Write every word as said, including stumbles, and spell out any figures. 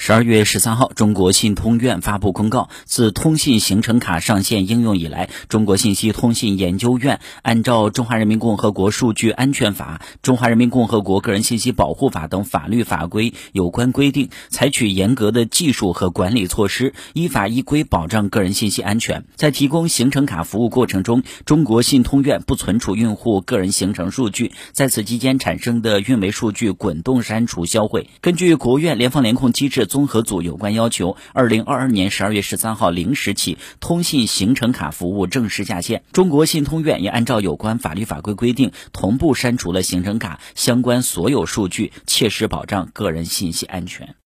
十二月十三号，中国信通院发布公告，自通信行程卡上线应用以来，中国信息通信研究院按照《中华人民共和国数据安全法》《中华人民共和国个人信息保护法》等法律法规有关规定，采取严格的技术和管理措施，依法依规保障个人信息安全。在提供行程卡服务过程中，中国信通院不存储用户个人行程数据，在此期间产生的运维数据滚动删除销毁。根据国务院联防联控机制综合组有关要求，二零二二年十二月十三号零时起，通信行程卡服务正式下线。中国信通院也按照有关法律法规规定，同步删除了行程卡相关所有数据，切实保障个人信息安全。